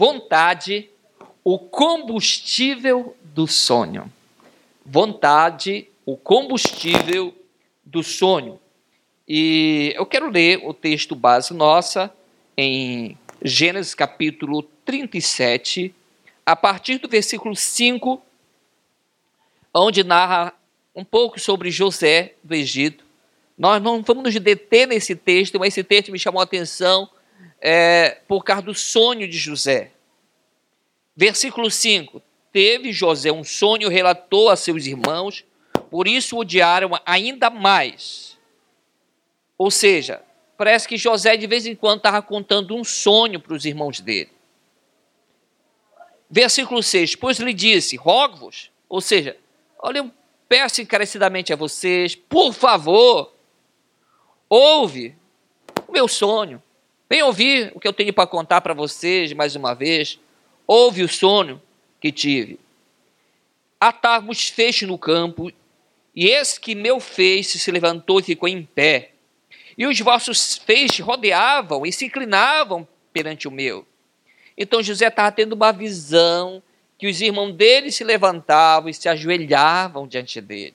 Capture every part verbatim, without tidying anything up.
Vontade, o combustível do sonho. Vontade, o combustível do sonho. E eu quero ler o texto base nossa em Gênesis capítulo trinta e sete, a partir do versículo cinco, onde narra um pouco sobre José do Egito. Nós não vamos nos deter nesse texto, mas esse texto me chamou a atenção é, por causa do sonho de José. Versículo cinco. Teve José um sonho, relatou a seus irmãos, por isso o odiaram ainda mais. Ou seja, parece que José de vez em quando estava contando um sonho para os irmãos dele. Versículo seis. Pois lhe disse, rogo-vos, ou seja, olha, eu peço encarecidamente a vocês, por favor, ouve o meu sonho. Vem ouvir o que eu tenho para contar para vocês mais uma vez. Ouve o sonho que tive. Atávamos feixes no campo, e eis que meu feixe se levantou e ficou em pé. E os vossos feixes rodeavam e se inclinavam perante o meu. Então José estava tendo uma visão que os irmãos dele se levantavam e se ajoelhavam diante dele.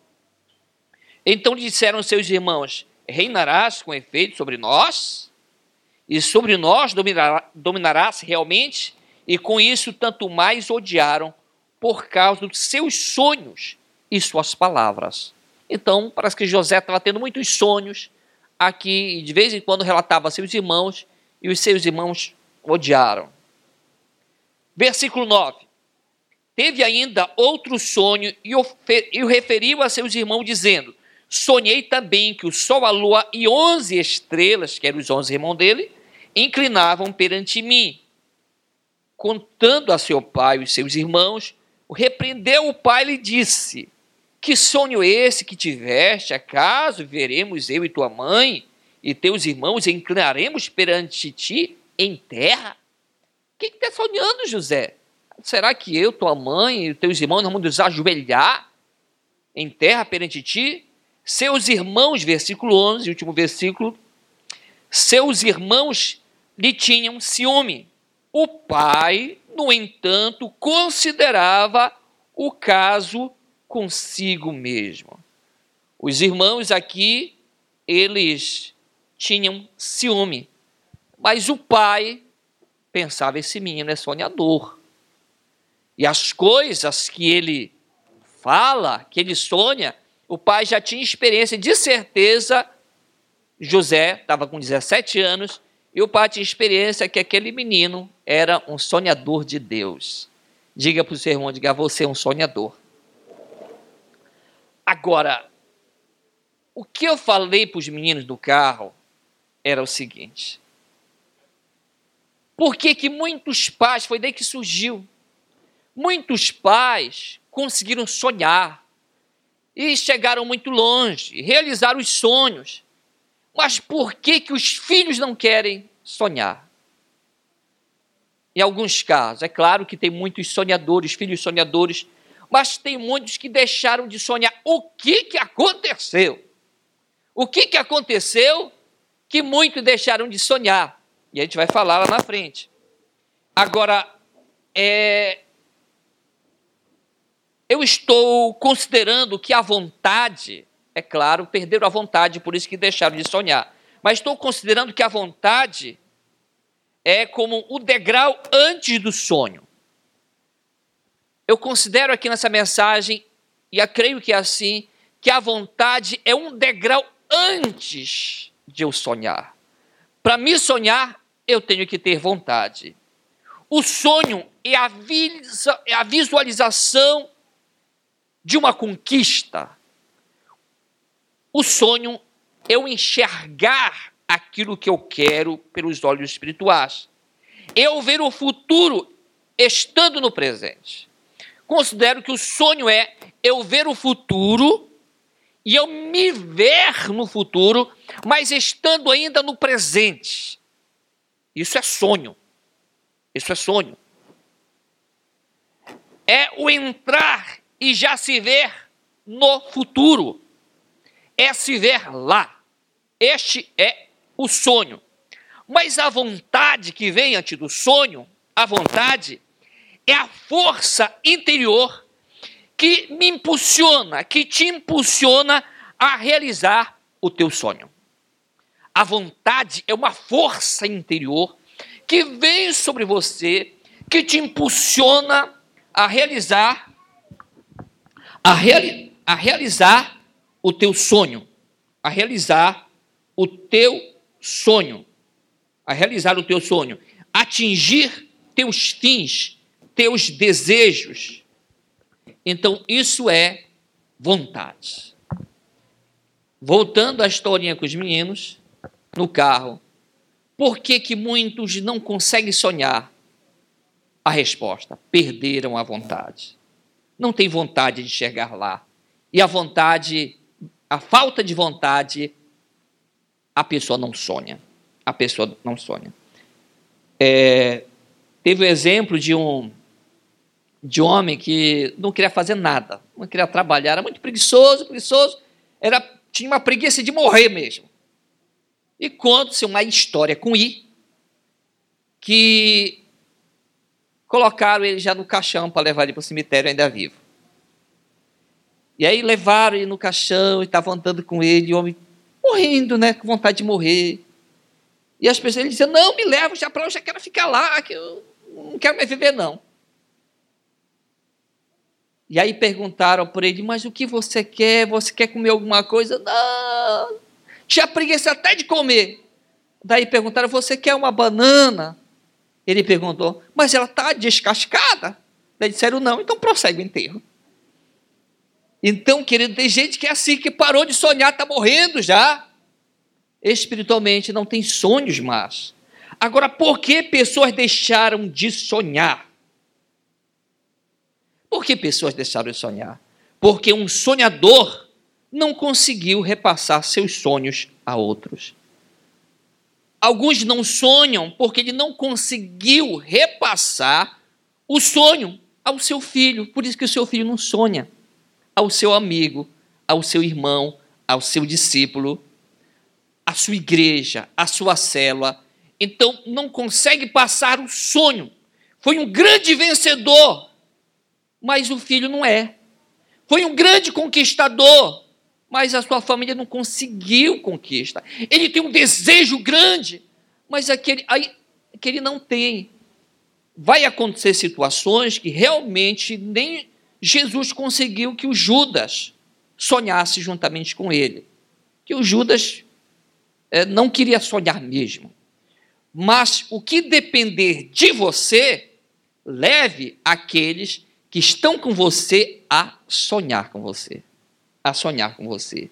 Então disseram seus irmãos, reinarás com efeito sobre nós? E sobre nós dominará, dominarás realmente? E com isso tanto mais odiaram por causa dos seus sonhos e suas palavras. Então parece que José estava tendo muitos sonhos aqui, e de vez em quando relatava a seus irmãos, e os seus irmãos odiaram. Versículo nove. Teve ainda outro sonho e o referiu a seus irmãos, dizendo, sonhei também que o sol, a lua e onze estrelas, que eram os onze irmãos dele, inclinavam perante mim. Contando a seu pai e os seus irmãos, repreendeu o pai e lhe disse, que sonho é esse que tiveste? Acaso veremos eu e tua mãe e teus irmãos e inclinaremos perante ti em terra? O que está sonhando, José? Será que eu, tua mãe e teus irmãos vamos nos ajoelhar em terra perante ti? Seus irmãos, versículo onze, último versículo, seus irmãos lhe tinham ciúme. O pai, no entanto, considerava o caso consigo mesmo. Os irmãos aqui, eles tinham ciúme, mas o pai pensava, esse menino é sonhador. E as coisas que ele fala, que ele sonha, o pai já tinha experiência, de certeza, José estava com dezessete anos, e o pai tinha experiência que aquele menino era um sonhador de Deus. Diga para o seu irmão, diga, você é um sonhador. Agora, o que eu falei para os meninos do carro era o seguinte. Por que que muitos pais, foi daí que surgiu, muitos pais conseguiram sonhar e chegaram muito longe, realizaram os sonhos. Mas por que que os filhos não querem sonhar? Em alguns casos, é claro que tem muitos sonhadores, filhos sonhadores, mas tem muitos que deixaram de sonhar. O que que aconteceu? O que que aconteceu que muitos deixaram de sonhar? E a gente vai falar lá na frente. Agora, é... eu estou considerando que a vontade, é claro, perderam a vontade, por isso que deixaram de sonhar. Mas estou considerando que a vontade é como o degrau antes do sonho. Eu considero aqui nessa mensagem, e eu creio que é assim, que a vontade é um degrau antes de eu sonhar. Para me sonhar, eu tenho que ter vontade. O sonho é a, visa, é a visualização de uma conquista. O sonho é o enxergar aquilo que eu quero pelos olhos espirituais. Eu ver o futuro estando no presente. Considero que o sonho é eu ver o futuro e eu me ver no futuro, mas estando ainda no presente. Isso é sonho. Isso é sonho. É o entrar e já se ver no futuro. É se ver lá. Este é o sonho. Mas a vontade que vem antes do sonho a vontade é a força interior que me impulsiona, que te impulsiona a realizar o teu sonho. A vontade é uma força interior que vem sobre você, que te impulsiona a realizar, a, reali- a realizar o teu sonho, a realizar o teu sonho, a realizar o teu sonho, atingir teus fins, teus desejos. Então, isso é vontade. Voltando à historinha com os meninos, no carro, por que que muitos não conseguem sonhar? A resposta: perderam a vontade. Não tem vontade de chegar lá. E a vontade, a falta de vontade, a pessoa não sonha. A pessoa não sonha. É, teve o exemplo de um, de um homem que não queria fazer nada, não queria trabalhar, era muito preguiçoso, preguiçoso, era, tinha uma preguiça de morrer mesmo. E conta-se uma história com I, que colocaram ele já no caixão para levar ele para o cemitério ainda vivo. E aí levaram ele no caixão e estavam andando com ele, o homem morrendo, né, com vontade de morrer. E as pessoas, ele diziam: não, me leva já para lá, eu já quero ficar lá, que eu não quero mais viver, não. E aí perguntaram por ele: mas o que você quer? Você quer comer alguma coisa? Não, tinha preguiça até de comer. Daí perguntaram: você quer uma banana? Ele perguntou: mas ela está descascada? Daí disseram: não, então prossegue o enterro. Então, querido, tem gente que é assim, que parou de sonhar, está morrendo já. Espiritualmente não tem sonhos mais. Agora, por que pessoas deixaram de sonhar? Por que pessoas deixaram de sonhar? Porque um sonhador não conseguiu repassar seus sonhos a outros. Alguns não sonham porque ele não conseguiu repassar o sonho ao seu filho. Por isso que o seu filho não sonha. Ao seu amigo, ao seu irmão, ao seu discípulo, à sua igreja, à sua célula. Então, não consegue passar o sonho. Foi um grande vencedor, mas o filho não é. Foi um grande conquistador, mas a sua família não conseguiu conquista. Ele tem um desejo grande, mas aquele, aquele não tem. Vai acontecer situações que realmente nem Jesus conseguiu que o Judas sonhasse juntamente com ele. Que o Judas é, não queria sonhar mesmo. Mas o que depender de você, leve aqueles que estão com você a sonhar com você. A sonhar com você.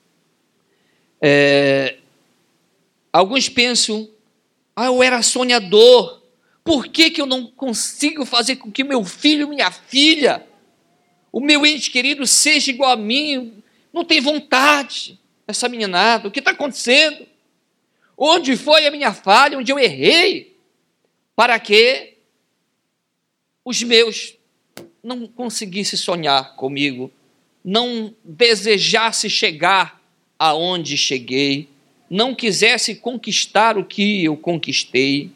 É, alguns pensam: ah, eu era sonhador, por que que eu não consigo fazer com que meu filho, minha filha, o meu ente querido seja igual a mim? Não tem vontade, essa meninada, o que está acontecendo? Onde foi a minha falha, onde eu errei, para que os meus não conseguissem sonhar comigo, não desejasse chegar aonde cheguei, não quisesse conquistar o que eu conquistei.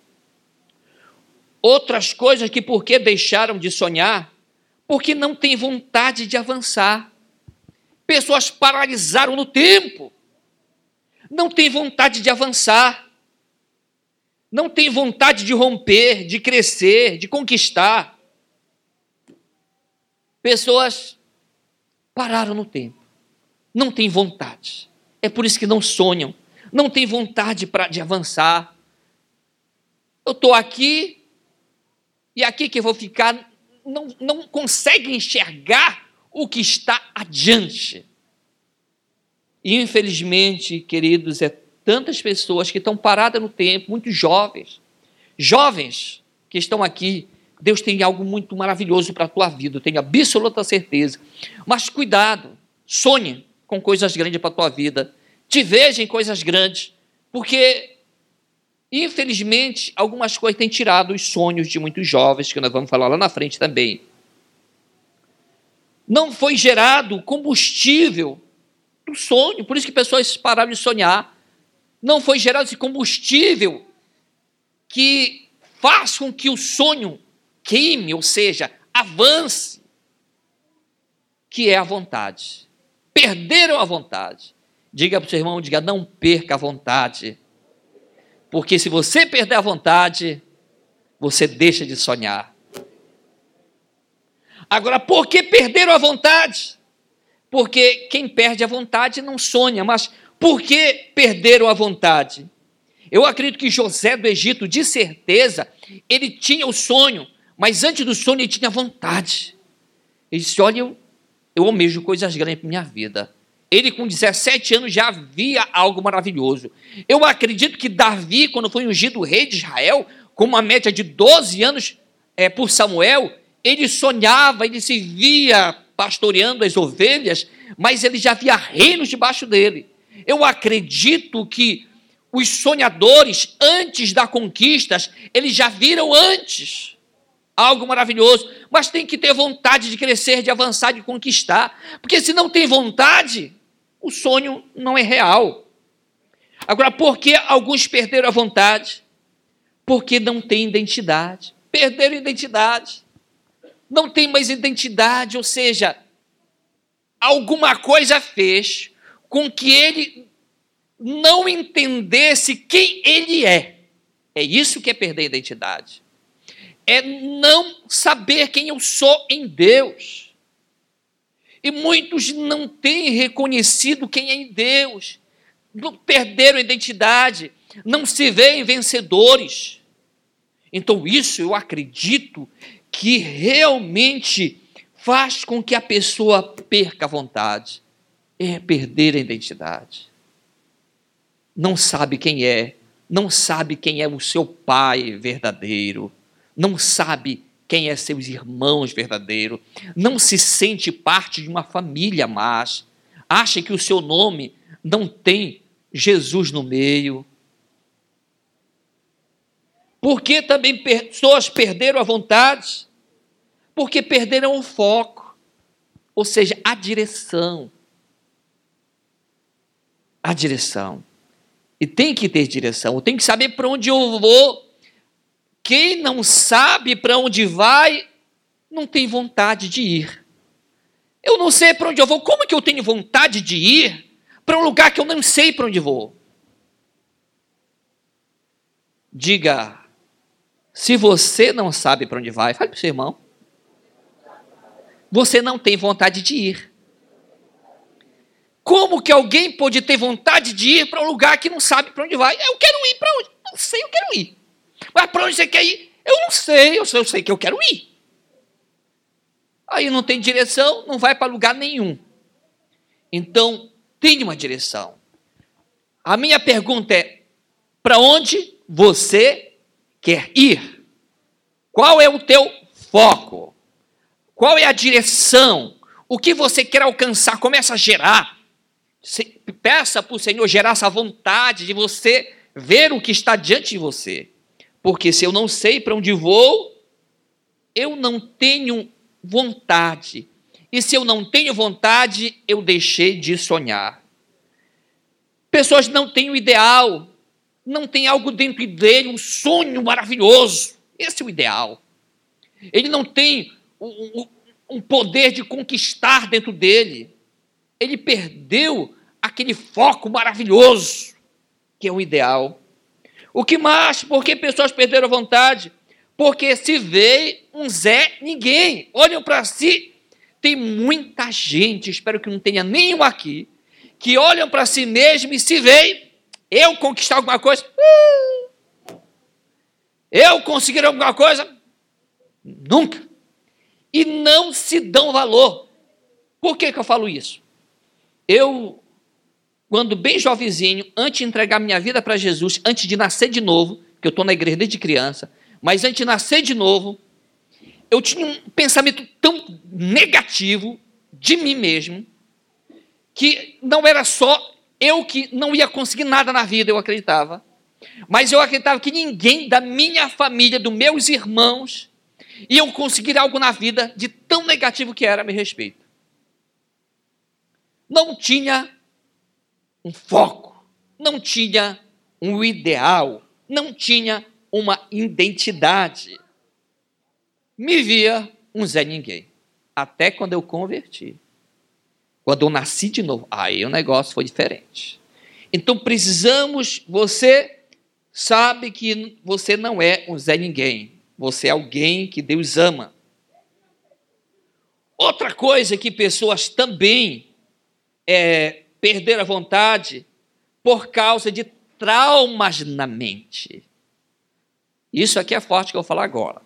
Outras coisas que por que deixaram de sonhar? Porque não tem vontade de avançar. Pessoas paralisaram no tempo, não tem vontade de avançar, não tem vontade de romper, de crescer, de conquistar. Pessoas pararam no tempo, não tem vontade, é por isso que não sonham, não tem vontade pra, de avançar. Eu estou aqui, e aqui que eu vou ficar, não, não consegue enxergar o que está adiante. E infelizmente, queridos, é tantas pessoas que estão paradas no tempo, muito jovens, jovens que estão aqui. Deus tem algo muito maravilhoso para a tua vida, eu tenho absoluta certeza. Mas cuidado, sonhe com coisas grandes para a tua vida, te veja em coisas grandes, porque, infelizmente, algumas coisas têm tirado os sonhos de muitos jovens, que nós vamos falar lá na frente também. Não foi gerado combustível do sonho, por isso que pessoas pararam de sonhar. Não foi gerado esse combustível que faz com que o sonho queime, ou seja, avance, que é a vontade. Perderam a vontade. Diga para o seu irmão, diga, não perca a vontade. Porque se você perder a vontade, você deixa de sonhar. Agora, por que perderam a vontade? Porque quem perde a vontade não sonha, mas por que perderam a vontade? Eu acredito que José do Egito, de certeza, ele tinha o sonho, mas antes do sonho ele tinha vontade. Ele disse, olha, eu, eu almejo coisas grandes para minha vida. Ele com dezessete anos já via algo maravilhoso. Eu acredito que Davi, quando foi ungido rei de Israel, com uma média de doze anos é, por Samuel, ele sonhava, ele se via pastoreando as ovelhas, mas ele já via reinos debaixo dele. Eu acredito que os sonhadores, antes da conquista, eles já viram antes algo maravilhoso, mas tem que ter vontade de crescer, de avançar, de conquistar, porque se não tem vontade, o sonho não é real. Agora, por que alguns perderam a vontade? Porque não tem identidade. Perderam identidade. Não tem mais identidade, ou seja, alguma coisa fez com que ele não entendesse quem ele é. É isso que é perder a identidade. É não saber quem eu sou em Deus. E muitos não têm reconhecido quem é em Deus. Perderam a identidade, não se veem vencedores. Então isso eu acredito que realmente faz com que a pessoa perca a vontade. É perder a identidade. Não sabe quem é, não sabe quem é o seu pai verdadeiro, não sabe quem é seus irmãos verdadeiros, não se sente parte de uma família mais, acha que o seu nome não tem Jesus no meio. Por que também pessoas perderam a vontade? Porque perderam o foco, ou seja, a direção. A direção. E tem que ter direção, eu tenho que saber para onde eu vou. Quem não sabe para onde vai, não tem vontade de ir. Eu não sei para onde eu vou, como que eu tenho vontade de ir para um lugar que eu não sei para onde vou? Diga, se você não sabe para onde vai, fale para o seu irmão, você não tem vontade de ir. Como que alguém pode ter vontade de ir para um lugar que não sabe para onde vai? Eu quero ir para onde? Não sei, eu quero ir. Mas para onde você quer ir? Eu não sei, eu sei, eu sei que eu quero ir. Aí não tem direção, não vai para lugar nenhum. Então, tem uma direção. A minha pergunta é, para onde você quer ir? Qual é o teu foco? Qual é a direção? O que você quer alcançar? Começa a gerar. Peça para o Senhor gerar essa vontade de você ver o que está diante de você. Porque se eu não sei para onde vou, eu não tenho vontade. E se eu não tenho vontade, eu deixei de sonhar. Pessoas não têm o ideal, não tem algo dentro dele, um sonho maravilhoso. Esse é o ideal. Ele não tem um, um poder de conquistar dentro dele. Ele perdeu aquele foco maravilhoso, que é o ideal. O que mais? Por que pessoas perderam a vontade? Porque se vê um Zé Ninguém. Olham para si. Tem muita gente, espero que não tenha nenhum aqui, que olham para si mesmo e se veem. Eu conquistar alguma coisa? Uh, eu conseguir alguma coisa? Nunca. E não se dão valor. Por que que eu falo isso? Eu, quando bem jovenzinho, antes de entregar minha vida para Jesus, antes de nascer de novo, que eu estou na igreja desde criança, mas antes de nascer de novo, eu tinha um pensamento tão negativo de mim mesmo, que não era só eu que não ia conseguir nada na vida, eu acreditava, mas eu acreditava que ninguém da minha família, dos meus irmãos, iam conseguir algo na vida de tão negativo que era a meu respeito. Não tinha um foco, não tinha um ideal, não tinha uma identidade. Me via um Zé Ninguém. Até quando eu converti. Quando eu nasci de novo. Aí o negócio foi diferente. Então precisamos, você sabe que você não é um Zé Ninguém. Você é alguém que Deus ama. Outra coisa que pessoas também é, perderam a vontade por causa de traumas na mente. Isso aqui é forte que eu vou falar agora.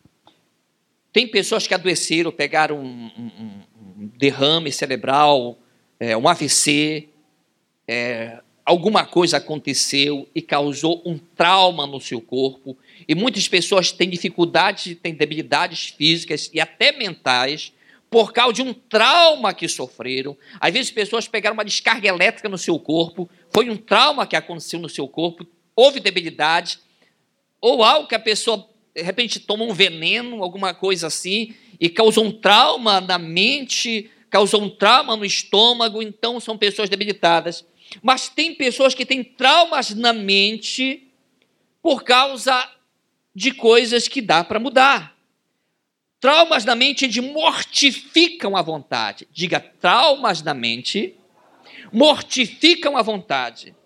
Tem pessoas que adoeceram, pegaram um, um, um derrame cerebral, é, um A V C, é, alguma coisa aconteceu e causou um trauma no seu corpo. E muitas pessoas têm dificuldades, têm debilidades físicas e até mentais por causa de um trauma que sofreram. Às vezes pessoas pegaram uma descarga elétrica no seu corpo, foi um trauma que aconteceu no seu corpo, houve debilidade, ou algo que a pessoa, de repente, tomou um veneno, alguma coisa assim, e causou um trauma na mente, causou um trauma no estômago, então são pessoas debilitadas. Mas tem pessoas que têm traumas na mente por causa de coisas que dá para mudar. Traumas na mente de mortificam a vontade. Diga, traumas na mente mortificam a vontade.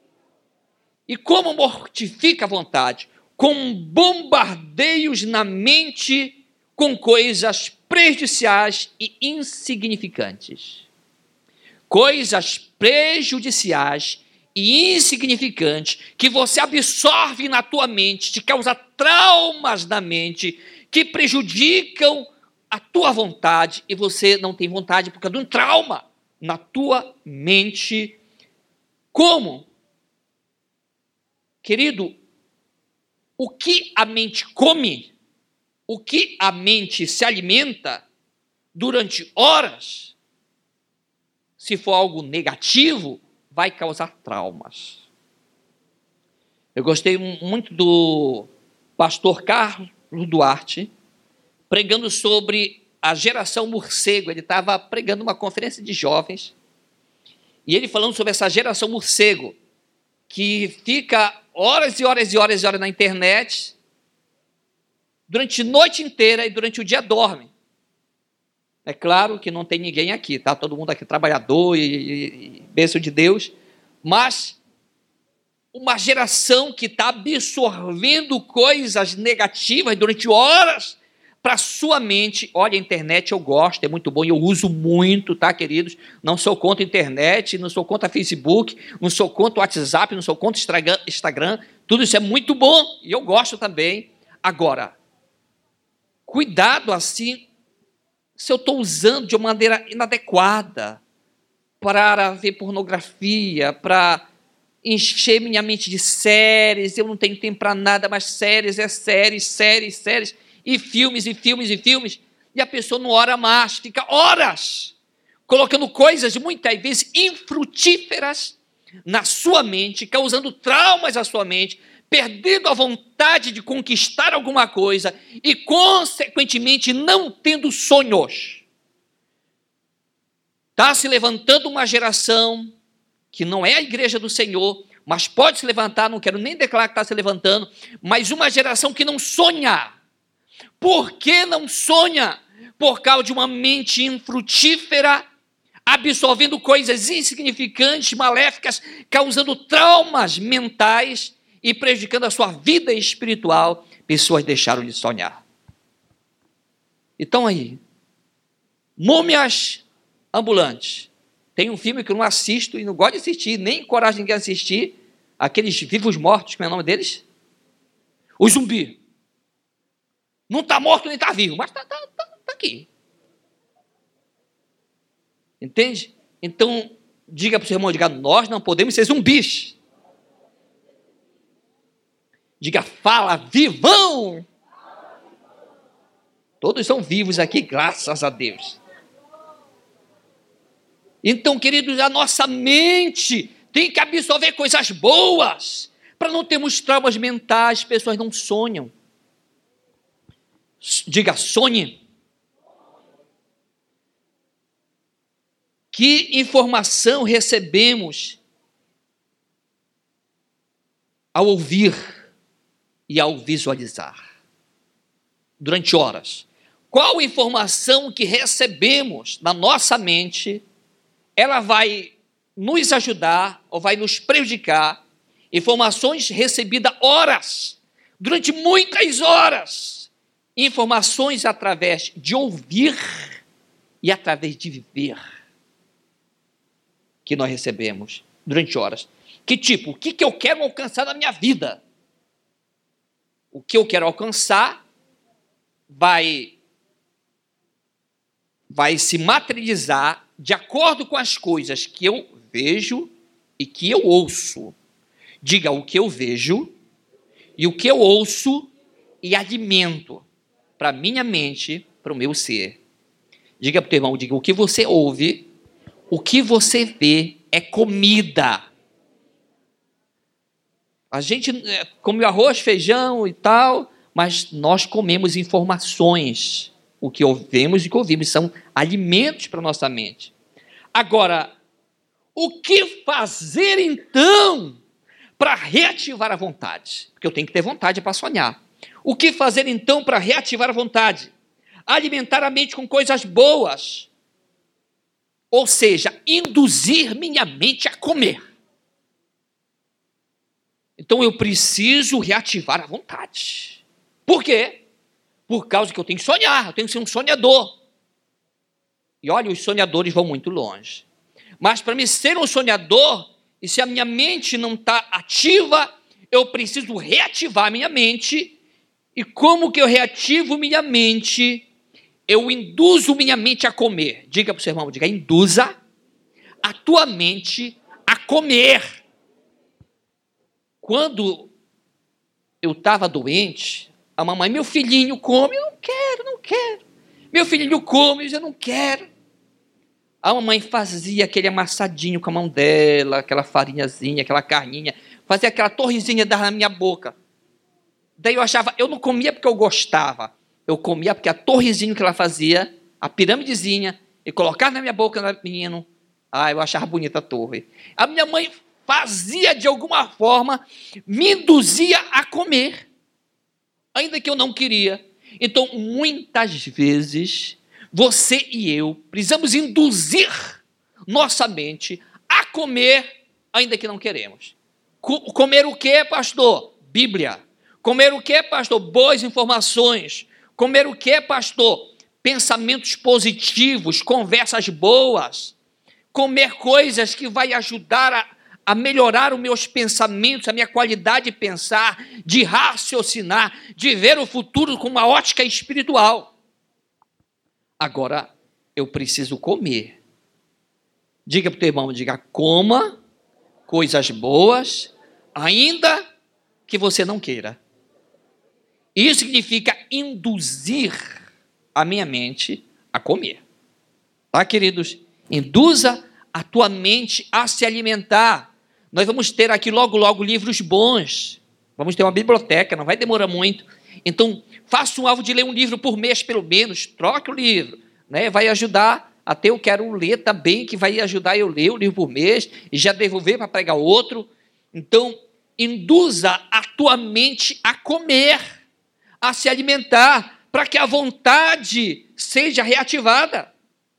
E como mortifica a vontade? Com bombardeios na mente com coisas prejudiciais e insignificantes. Coisas prejudiciais e insignificantes que você absorve na tua mente, te causa traumas na mente, que prejudicam a tua vontade e você não tem vontade por causa de um trauma na tua mente. Como? Querido, o que a mente come, o que a mente se alimenta durante horas, se for algo negativo, vai causar traumas. Eu gostei muito do pastor Carlos Duarte, pregando sobre a geração morcego. Ele estava pregando uma conferência de jovens, e ele falando sobre essa geração morcego, que fica horas e horas e horas e horas na internet, durante a noite inteira e durante o dia dorme. É claro que não tem ninguém aqui, tá? Todo mundo aqui trabalhador e, e, e bênção de Deus, mas uma geração que está absorvendo coisas negativas durante horas para sua mente. Olha, a internet eu gosto, é muito bom e eu uso muito, tá, queridos? Não sou contra a internet, não sou contra Facebook, não sou contra o WhatsApp, não sou contra o Instagram, tudo isso é muito bom e eu gosto também. Agora, cuidado assim, se eu estou usando de uma maneira inadequada para ver pornografia, para encher minha mente de séries, eu não tenho tempo para nada, mas séries é séries, séries, séries, e filmes, e filmes, e filmes, e a pessoa não ora mais, fica horas colocando coisas, muitas vezes, infrutíferas na sua mente, causando traumas à sua mente, perdendo a vontade de conquistar alguma coisa e, consequentemente, não tendo sonhos. Está se levantando uma geração que não é a igreja do Senhor, mas pode se levantar, não quero nem declarar que está se levantando, mas uma geração que não sonha. Por que não sonha? Por causa de uma mente infrutífera, absorvendo coisas insignificantes, maléficas, causando traumas mentais e prejudicando a sua vida espiritual. Pessoas deixaram de sonhar. Então aí, múmias ambulantes. Tem um filme que eu não assisto e não gosto de assistir, nem coragem de ninguém assistir, aqueles vivos mortos, como é o nome deles? O zumbi. Não está morto nem está vivo, mas está tá, tá, tá aqui. Entende? Então, diga para o seu irmão, diga, nós não podemos ser zumbis. Diga, fala, vivão. Todos são vivos aqui, graças a Deus. Então, queridos, a nossa mente tem que absorver coisas boas, para não termos traumas mentais. Pessoas não sonham. Diga, sonhe. Que informação recebemos ao ouvir? e ao visualizar, durante horas, qual informação que recebemos na nossa mente, ela vai nos ajudar ou vai nos prejudicar. Informações recebidas horas, durante muitas horas, informações através de ouvir e através de viver, que nós recebemos durante horas. Que tipo? O que, que eu quero alcançar na minha vida? O que eu quero alcançar vai, vai se materializar de acordo com as coisas que eu vejo e que eu ouço. Diga o que eu vejo e o que eu ouço e alimento para a minha mente, para o meu ser. Diga para o teu irmão, diga, o que você ouve, o que você vê é comida. A gente come arroz, feijão e tal, mas nós comemos informações. O que ouvemos e o que ouvimos são alimentos para a nossa mente. Agora, o que fazer então para reativar a vontade? Porque eu tenho que ter vontade para sonhar. O que fazer então para reativar a vontade? Alimentar a mente com coisas boas. Ou seja, induzir minha mente a comer. Então eu preciso reativar a vontade. Por quê? Por causa que eu tenho que sonhar, eu tenho que ser um sonhador. E olha, os sonhadores vão muito longe. Mas para mim ser um sonhador, e se a minha mente não está ativa, eu preciso reativar a minha mente. E como que eu reativo minha mente? Eu induzo minha mente a comer. Diga para o seu irmão, diga, induza a tua mente a comer. Quando eu estava doente, a mamãe, meu filhinho come, eu não quero, não quero. Meu filhinho come, eu não quero. A mamãe fazia aquele amassadinho com a mão dela, aquela farinhazinha, aquela carninha, fazia aquela torrezinha na minha boca. Daí eu achava, eu não comia porque eu gostava, eu comia porque a torrezinha que ela fazia, a piramidezinha, e colocava na minha boca, menino, ah, eu achava bonita a torre. A minha mãe fazia de alguma forma, me induzia a comer, ainda que eu não queria. Então, muitas vezes, você e eu precisamos induzir nossa mente a comer, ainda que não queremos. Co- comer o que, pastor? Bíblia. Comer o que, pastor? Boas informações. Comer o que, pastor? Pensamentos positivos, conversas boas. Comer coisas que vai ajudar a, a melhorar os meus pensamentos, a minha qualidade de pensar, de raciocinar, de ver o futuro com uma ótica espiritual. Agora, eu preciso comer. Diga para o teu irmão, diga, coma coisas boas, ainda que você não queira. Isso significa induzir a minha mente a comer. Tá, queridos? Induza a tua mente a se alimentar. Nós vamos ter aqui logo, logo livros bons. Vamos ter uma biblioteca, não vai demorar muito. Então, faça um alvo de ler um livro por mês, pelo menos. Troque o livro, né? Vai ajudar. Até eu quero ler também, que vai ajudar eu ler o livro por mês e já devolver para pregar outro. Então, induza a tua mente a comer, a se alimentar, para que a vontade seja reativada.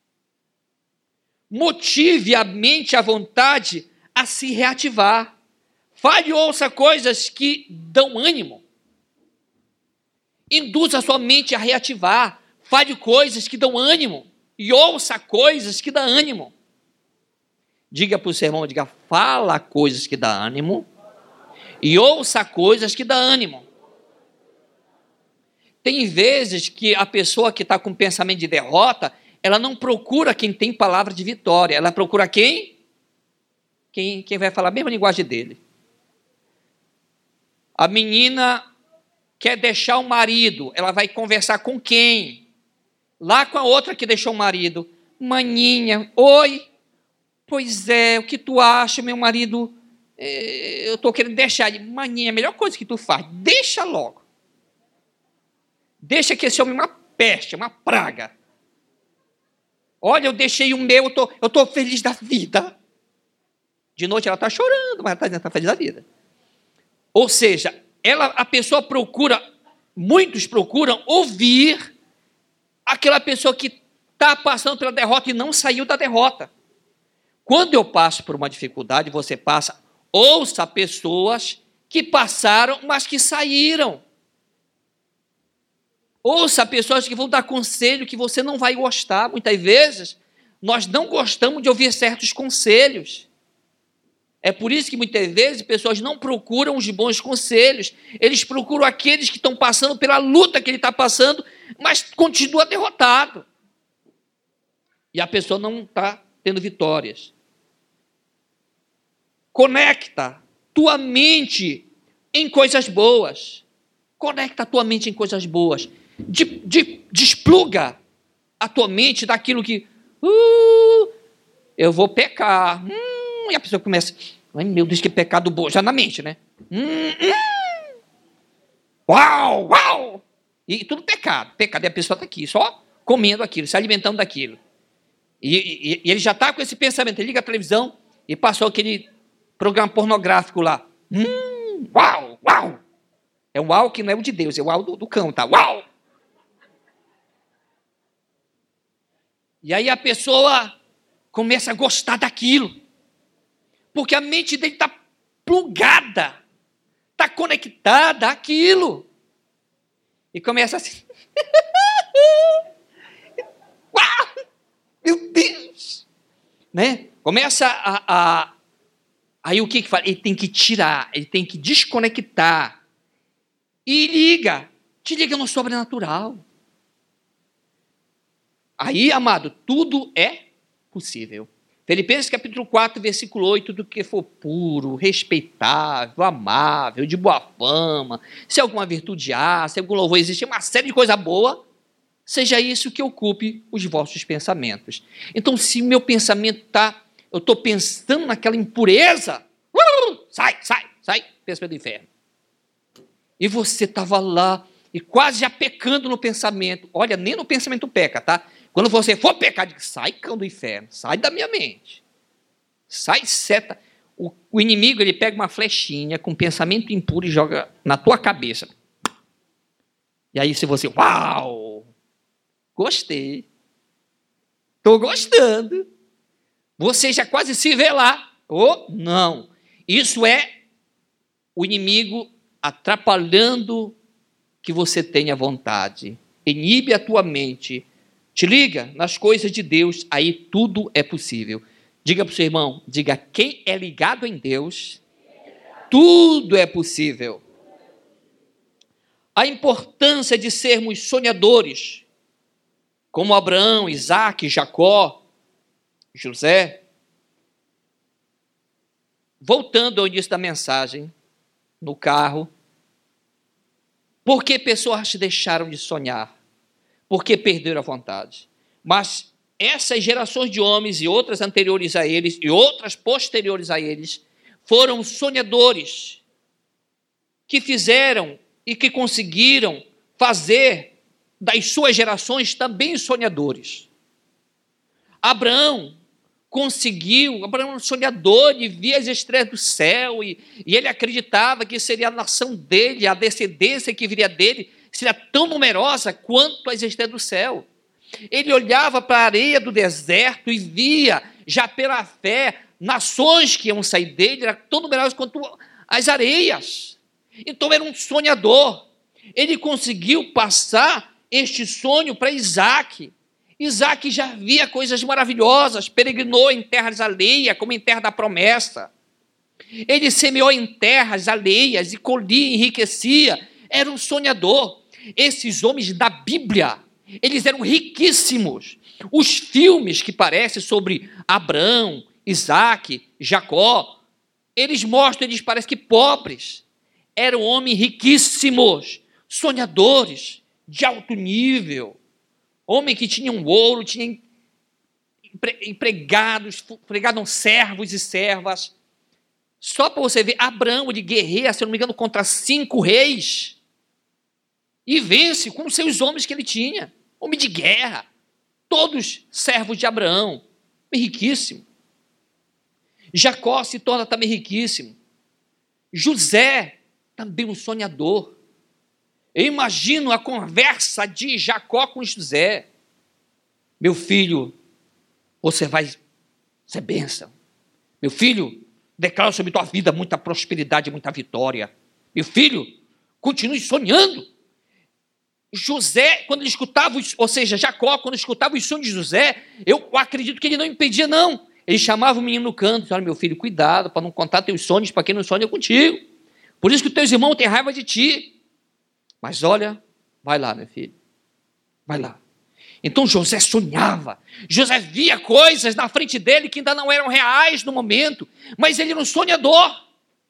Motive a mente, a vontade a se reativar. Fale e ouça coisas que dão ânimo. Induza a sua mente a reativar. Fale coisas que dão ânimo. E ouça coisas que dão ânimo. Diga para o seu irmão, diga, fala coisas que dão ânimo. E ouça coisas que dão ânimo. Tem vezes que a pessoa que está com pensamento de derrota, ela não procura quem tem palavra de vitória. Ela procura quem? Quem, quem vai falar a mesma linguagem dele. A menina quer deixar o marido. Ela vai conversar com quem? Lá com a outra que deixou o marido. Maninha, oi. Pois é, o que tu acha, meu marido? Eu estou querendo deixar ele. Maninha, a melhor coisa que tu faz, deixa logo. Deixa que esse homem é uma peste, uma praga. Olha, eu deixei o meu, eu tô, eu tô feliz da vida. De noite ela está chorando, mas ela está tá feliz da vida. Ou seja, ela, a pessoa procura, muitos procuram ouvir aquela pessoa que está passando pela derrota e não saiu da derrota. Quando eu passo por uma dificuldade, você passa, ouça pessoas que passaram, mas que saíram. Ouça pessoas que vão dar conselho que você não vai gostar. Muitas vezes, nós não gostamos de ouvir certos conselhos. É por isso que muitas vezes pessoas não procuram os bons conselhos. Eles procuram aqueles que estão passando pela luta que ele está passando, mas continua derrotado. E a pessoa não está tendo vitórias. Conecta tua mente em coisas boas. Conecta a tua mente em coisas boas. De, de, despluga a tua mente daquilo que uh, eu vou pecar. Hum, e a pessoa começa, ai meu Deus, que pecado bom. Já na mente, né? Hum, hum. Uau, uau! E tudo pecado. Pecado. E a pessoa está aqui, só comendo aquilo, se alimentando daquilo. E, e, e ele já está com esse pensamento. Ele liga a televisão e passou aquele programa pornográfico lá. Hum, uau, uau! É um uau que não é o de Deus, é o uau do, do cão, tá? Uau! E aí a pessoa começa a gostar daquilo. Porque a mente dele está plugada, está conectada àquilo. E começa assim. Uau! Meu Deus! Né? Começa a, a... Aí o que que faz? Ele tem que tirar, ele tem que desconectar. E liga. Te liga no sobrenatural. Aí, amado, tudo é possível. Filipenses capítulo quatro, versículo oito, do que for puro, respeitável, amável, de boa fama, se alguma virtude há, se algum louvor existe, uma série de coisa boa, seja isso que ocupe os vossos pensamentos. Então, se meu pensamento está, eu estou pensando naquela impureza, uh, sai, sai, sai, pensamento do inferno. E você estava lá, e quase já pecando no pensamento, olha, nem no pensamento peca, tá? Quando você for pecar, diga, sai, cão do inferno, sai da minha mente. Sai, seta. O, o inimigo, ele pega uma flechinha com pensamento impuro e joga na tua cabeça. E aí, se você, uau, gostei, estou gostando, você já quase se vê lá. Oh, não. Isso é o inimigo atrapalhando que você tenha vontade. Inibe a tua mente. Te liga nas coisas de Deus, aí tudo é possível. Diga para o seu irmão, diga, quem é ligado em Deus, tudo é possível. A importância de sermos sonhadores, como Abraão, Isaac, Jacó, José. Voltando ao início da mensagem, no carro, por que pessoas deixaram de sonhar? Porque perderam a vontade. Mas essas gerações de homens e outras anteriores a eles e outras posteriores a eles foram sonhadores que fizeram e que conseguiram fazer das suas gerações também sonhadores. Abraão conseguiu, Abraão era um sonhador e via as estrelas do céu e, e ele acreditava que seria a nação dele, a descendência que viria dele, seria tão numerosa quanto as estrelas do céu. Ele olhava para a areia do deserto e via, já pela fé, nações que iam sair dele, eram tão numerosas quanto as areias. Então era um sonhador. Ele conseguiu passar este sonho para Isaac. Isaac já via coisas maravilhosas, peregrinou em terras alheias, como em terra da promessa. Ele semeou em terras alheias e colhia, enriquecia. Era um sonhador. Esses homens da Bíblia, eles eram riquíssimos. Os filmes que parecem sobre Abraão, Isaac, Jacó, eles mostram, eles parecem que pobres. Eram homens riquíssimos, sonhadores, de alto nível. Homens que tinham ouro, tinham empregados, empregavam servos e servas. Só para você ver, Abraão, ele guerreia, se não me engano, contra cinco reis. E vence com os seus homens que ele tinha. Homem de guerra. Todos servos de Abraão. Riquíssimo. Jacó se torna também riquíssimo. José também um sonhador. Eu imagino a conversa de Jacó com José. Meu filho, você vai ser bênção. Meu filho, declaro sobre tua vida muita prosperidade, muita vitória. Meu filho, continue sonhando. José, quando ele escutava, ou seja, Jacó, quando escutava os sonhos de José, eu acredito que ele não impedia, não. Ele chamava o menino no canto, disse, olha, meu filho, cuidado para não contar teus sonhos para quem não sonha contigo. Por isso que os teus irmãos têm raiva de ti. Mas olha, vai lá, meu filho, vai lá. Então José sonhava, José via coisas na frente dele que ainda não eram reais no momento, mas ele era um sonhador.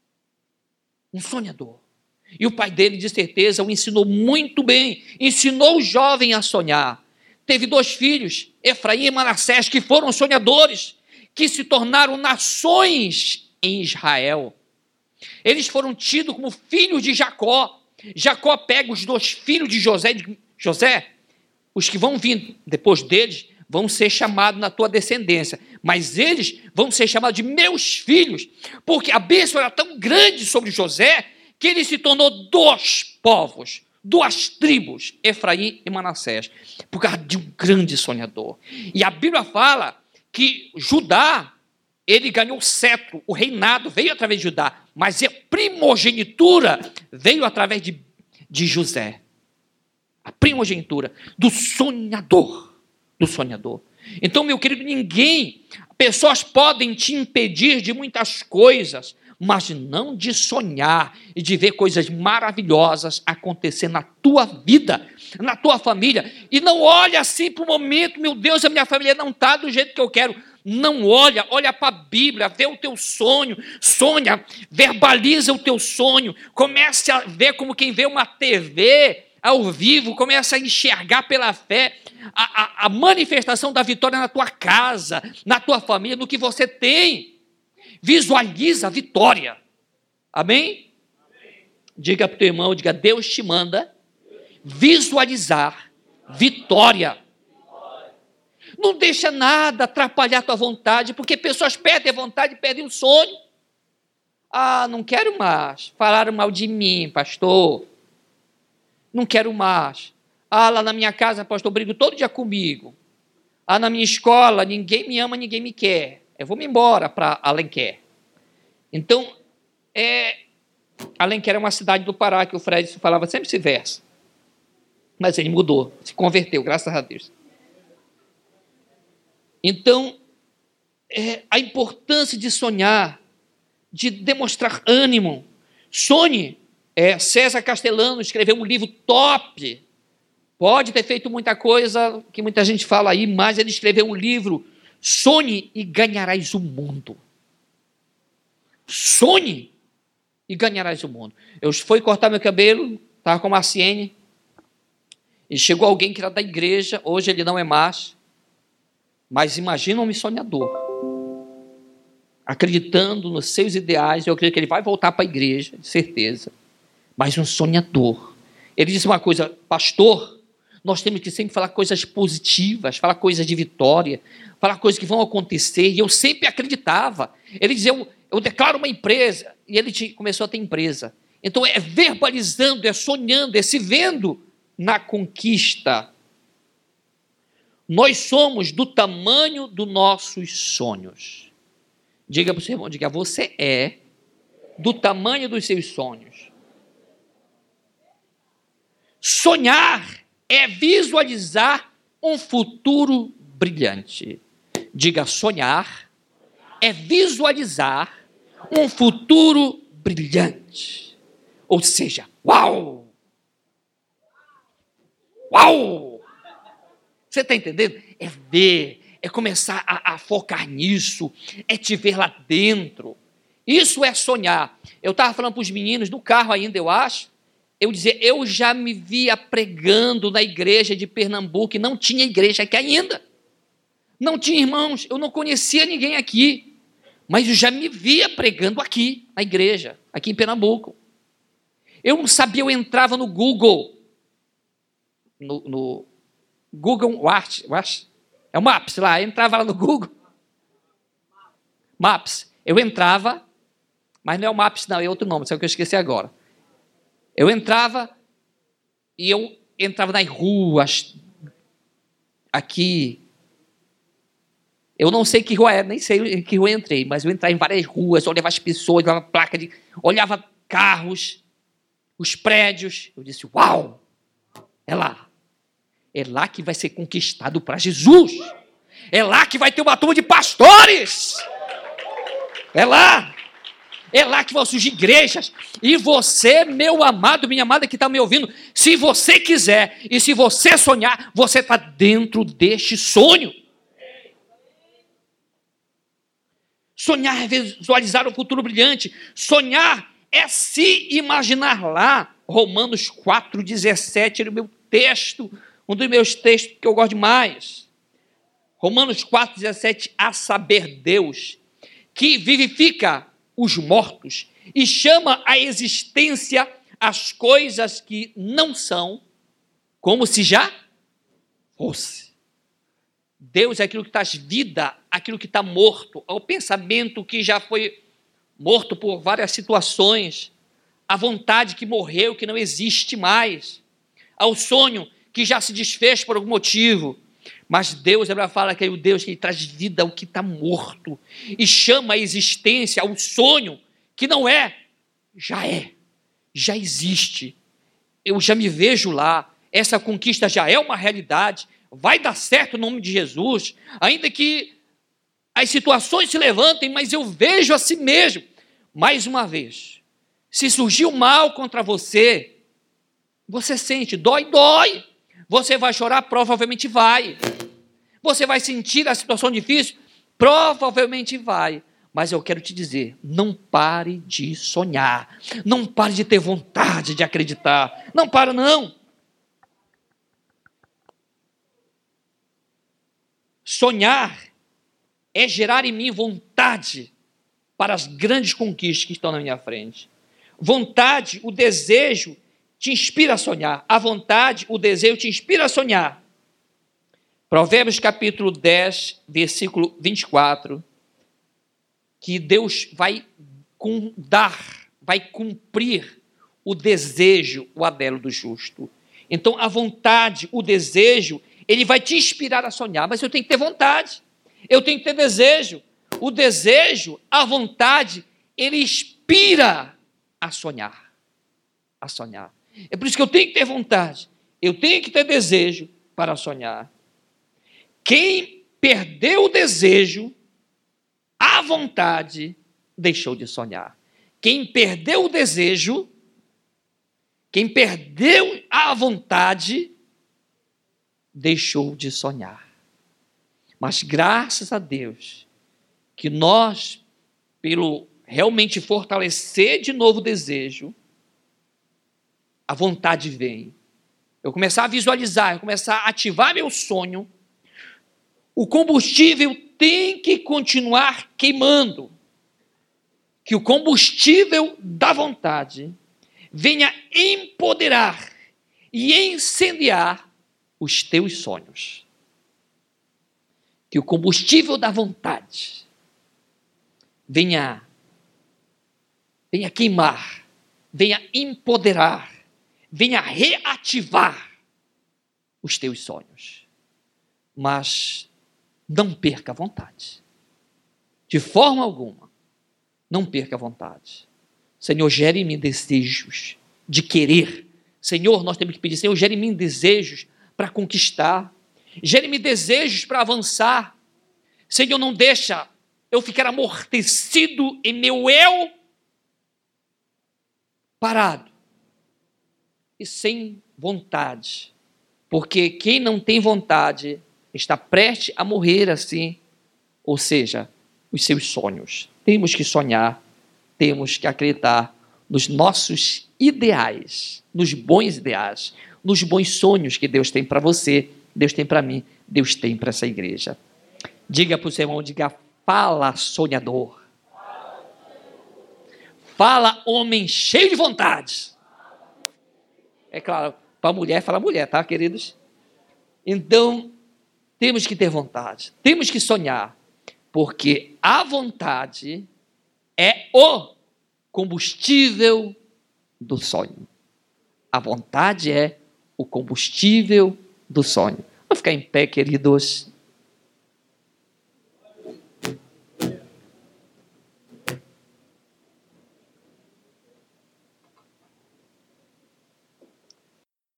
Um sonhador. E o pai dele, de certeza, o ensinou muito bem, ensinou o jovem a sonhar. Teve dois filhos, Efraim e Manassés, que foram sonhadores, que se tornaram nações em Israel. Eles foram tidos como filhos de Jacó. Jacó pega os dois filhos de José, de José, os que vão vir depois deles, vão ser chamados na tua descendência, mas eles vão ser chamados de meus filhos, porque a bênção era tão grande sobre José, que ele se tornou dois povos, duas tribos, Efraim e Manassés, por causa de um grande sonhador. E a Bíblia fala que Judá, ele ganhou o cetro, o reinado veio através de Judá, mas a primogenitura veio através de, de José. A primogenitura do sonhador, do sonhador. Então, meu querido, ninguém, pessoas podem te impedir de muitas coisas, mas não de sonhar e de ver coisas maravilhosas acontecer na tua vida, na tua família. E não olha assim para o momento, meu Deus, a minha família não está do jeito que eu quero. Não olha, olha para a Bíblia, vê o teu sonho, sonha, verbaliza o teu sonho, comece a ver como quem vê uma T V ao vivo, começa a enxergar pela fé a, a, a manifestação da vitória na tua casa, na tua família, no que você tem. Visualiza a vitória. Amém? Amém. Diga para o teu irmão, diga, Deus te manda visualizar vitória. Não deixa nada atrapalhar a tua vontade, porque pessoas perdem a vontade e perdem o sonho. Ah, não quero mais. Falaram mal de mim, pastor. Não quero mais. Ah, lá na minha casa, pastor, brigo todo dia comigo. Ah, na minha escola, ninguém me ama, ninguém me quer. Eu vou me embora para Alenquer. Então, é, Alenquer é uma cidade do Pará, que o Fred falava sempre esse verso. Mas ele mudou, se converteu, graças a Deus. Então, é, a importância de sonhar, de demonstrar ânimo. Sonhe. É, César Castellano escreveu um livro top. Pode ter feito muita coisa que muita gente fala aí, mas ele escreveu um livro, Sonhe e ganharás o mundo. Sonhe e ganharás o mundo. Eu fui cortar meu cabelo, estava com a Marciene, e chegou alguém que era da igreja, hoje ele não é mais, mas imagina um sonhador, acreditando nos seus ideais. Eu acredito que ele vai voltar para a igreja, de certeza, mas um sonhador. Ele disse uma coisa, pastor, nós temos que sempre falar coisas positivas, falar coisas de vitória, falar coisas que vão acontecer, e eu sempre acreditava. Ele dizia, eu, eu declaro uma empresa, e ele começou a ter empresa. Então é verbalizando, é sonhando, é se vendo na conquista. Nós somos do tamanho dos nossos sonhos. Diga para o seu irmão, diga, você é do tamanho dos seus sonhos. Sonhar é visualizar um futuro brilhante. Diga, sonhar é visualizar um futuro brilhante. Ou seja, uau! Uau! Você está entendendo? É ver, é começar a, a focar nisso, é te ver lá dentro. Isso é sonhar. Eu estava falando para os meninos, no carro ainda, eu acho, eu dizia, eu já me via pregando na igreja de Pernambuco, e não tinha igreja aqui ainda. Não tinha irmãos, eu não conhecia ninguém aqui, mas eu já me via pregando aqui, na igreja, aqui em Pernambuco. Eu não sabia, eu entrava no Google, no, no Google Watch, Watch, é o Maps lá, eu entrava lá no Google, Maps, eu entrava, mas não é o Maps não, é outro nome, só que eu esqueci agora. Eu entrava e eu entrava nas ruas aqui. Eu não sei que rua é, nem sei em que rua eu entrei, mas eu entrei em várias ruas, olhava as pessoas, olhava placa de, olhava carros, os prédios. Eu disse, uau, é lá. É lá que vai ser conquistado para Jesus. É lá que vai ter uma turma de pastores. É lá. É lá que vão surgir igrejas. E você, meu amado, minha amada que está me ouvindo, se você quiser e se você sonhar, você está dentro deste sonho. Sonhar é visualizar um futuro brilhante. Sonhar é se imaginar lá. Romanos quatro, dezessete, é o meu texto, um dos meus textos que eu gosto demais. Romanos quatro, dezessete, a saber Deus, que vivifica os mortos e chama à existência as coisas que não são, como se já fosse. Deus é aquilo que traz vida, aquilo que está morto, ao pensamento que já foi morto por várias situações, à vontade que morreu, que não existe mais, ao sonho que já se desfez por algum motivo. Mas Deus, ela fala que é o Deus que traz vida ao que está morto e chama a existência ao sonho que não é, já é, já existe. Eu já me vejo lá, essa conquista já é uma realidade, vai dar certo o nome de Jesus, ainda que as situações se levantem, mas eu vejo a si mesmo. Mais uma vez, se surgiu mal contra você, você sente, dói, dói. Você vai chorar? Provavelmente vai. Você vai sentir a situação difícil? Provavelmente vai. Mas eu quero te dizer, não pare de sonhar. Não pare de ter vontade de acreditar. Não para, não. Sonhar é gerar em mim vontade para as grandes conquistas que estão na minha frente. Vontade, o desejo, te inspira a sonhar. A vontade, o desejo te inspira a sonhar. Provérbios capítulo dez, versículo vinte e quatro, que Deus vai dar, vai cumprir o desejo, o anelo do justo. Então, a vontade, o desejo, ele vai te inspirar a sonhar, mas eu tenho que ter vontade, eu tenho que ter desejo. O desejo, a vontade, ele inspira a sonhar, a sonhar. É por isso que eu tenho que ter vontade, eu tenho que ter desejo para sonhar. Quem perdeu o desejo, a vontade, deixou de sonhar. Quem perdeu o desejo, quem perdeu a vontade, deixou de sonhar. Mas graças a Deus, que nós, pelo realmente fortalecer de novo o desejo, a vontade vem. Eu começar a visualizar, eu começar a ativar meu sonho, o combustível tem que continuar queimando. Que o combustível da vontade venha empoderar e incendiar os teus sonhos. Que o combustível da vontade venha, venha queimar, venha empoderar, venha reativar os teus sonhos. Mas não perca a vontade. De forma alguma, não perca a vontade. Senhor, gere em mim desejos de querer. Senhor, nós temos que pedir, Senhor, gere em mim desejos para conquistar. Gere em mim desejos para avançar. Senhor, não deixa eu ficar amortecido em meu eu, parado e sem vontade. Porque quem não tem vontade está prestes a morrer assim, ou seja, os seus sonhos. Temos que sonhar, temos que acreditar nos nossos ideais, nos bons ideais, nos bons sonhos que Deus tem para você, Deus tem para mim, Deus tem para essa igreja. Diga para o seu irmão, diga, fala sonhador. Fala homem cheio de vontade. É claro, para a mulher, fala mulher, tá, queridos? Então, temos que ter vontade, temos que sonhar, porque a vontade é o combustível do sonho. A vontade é o combustível do sonho. Vamos ficar em pé, queridos.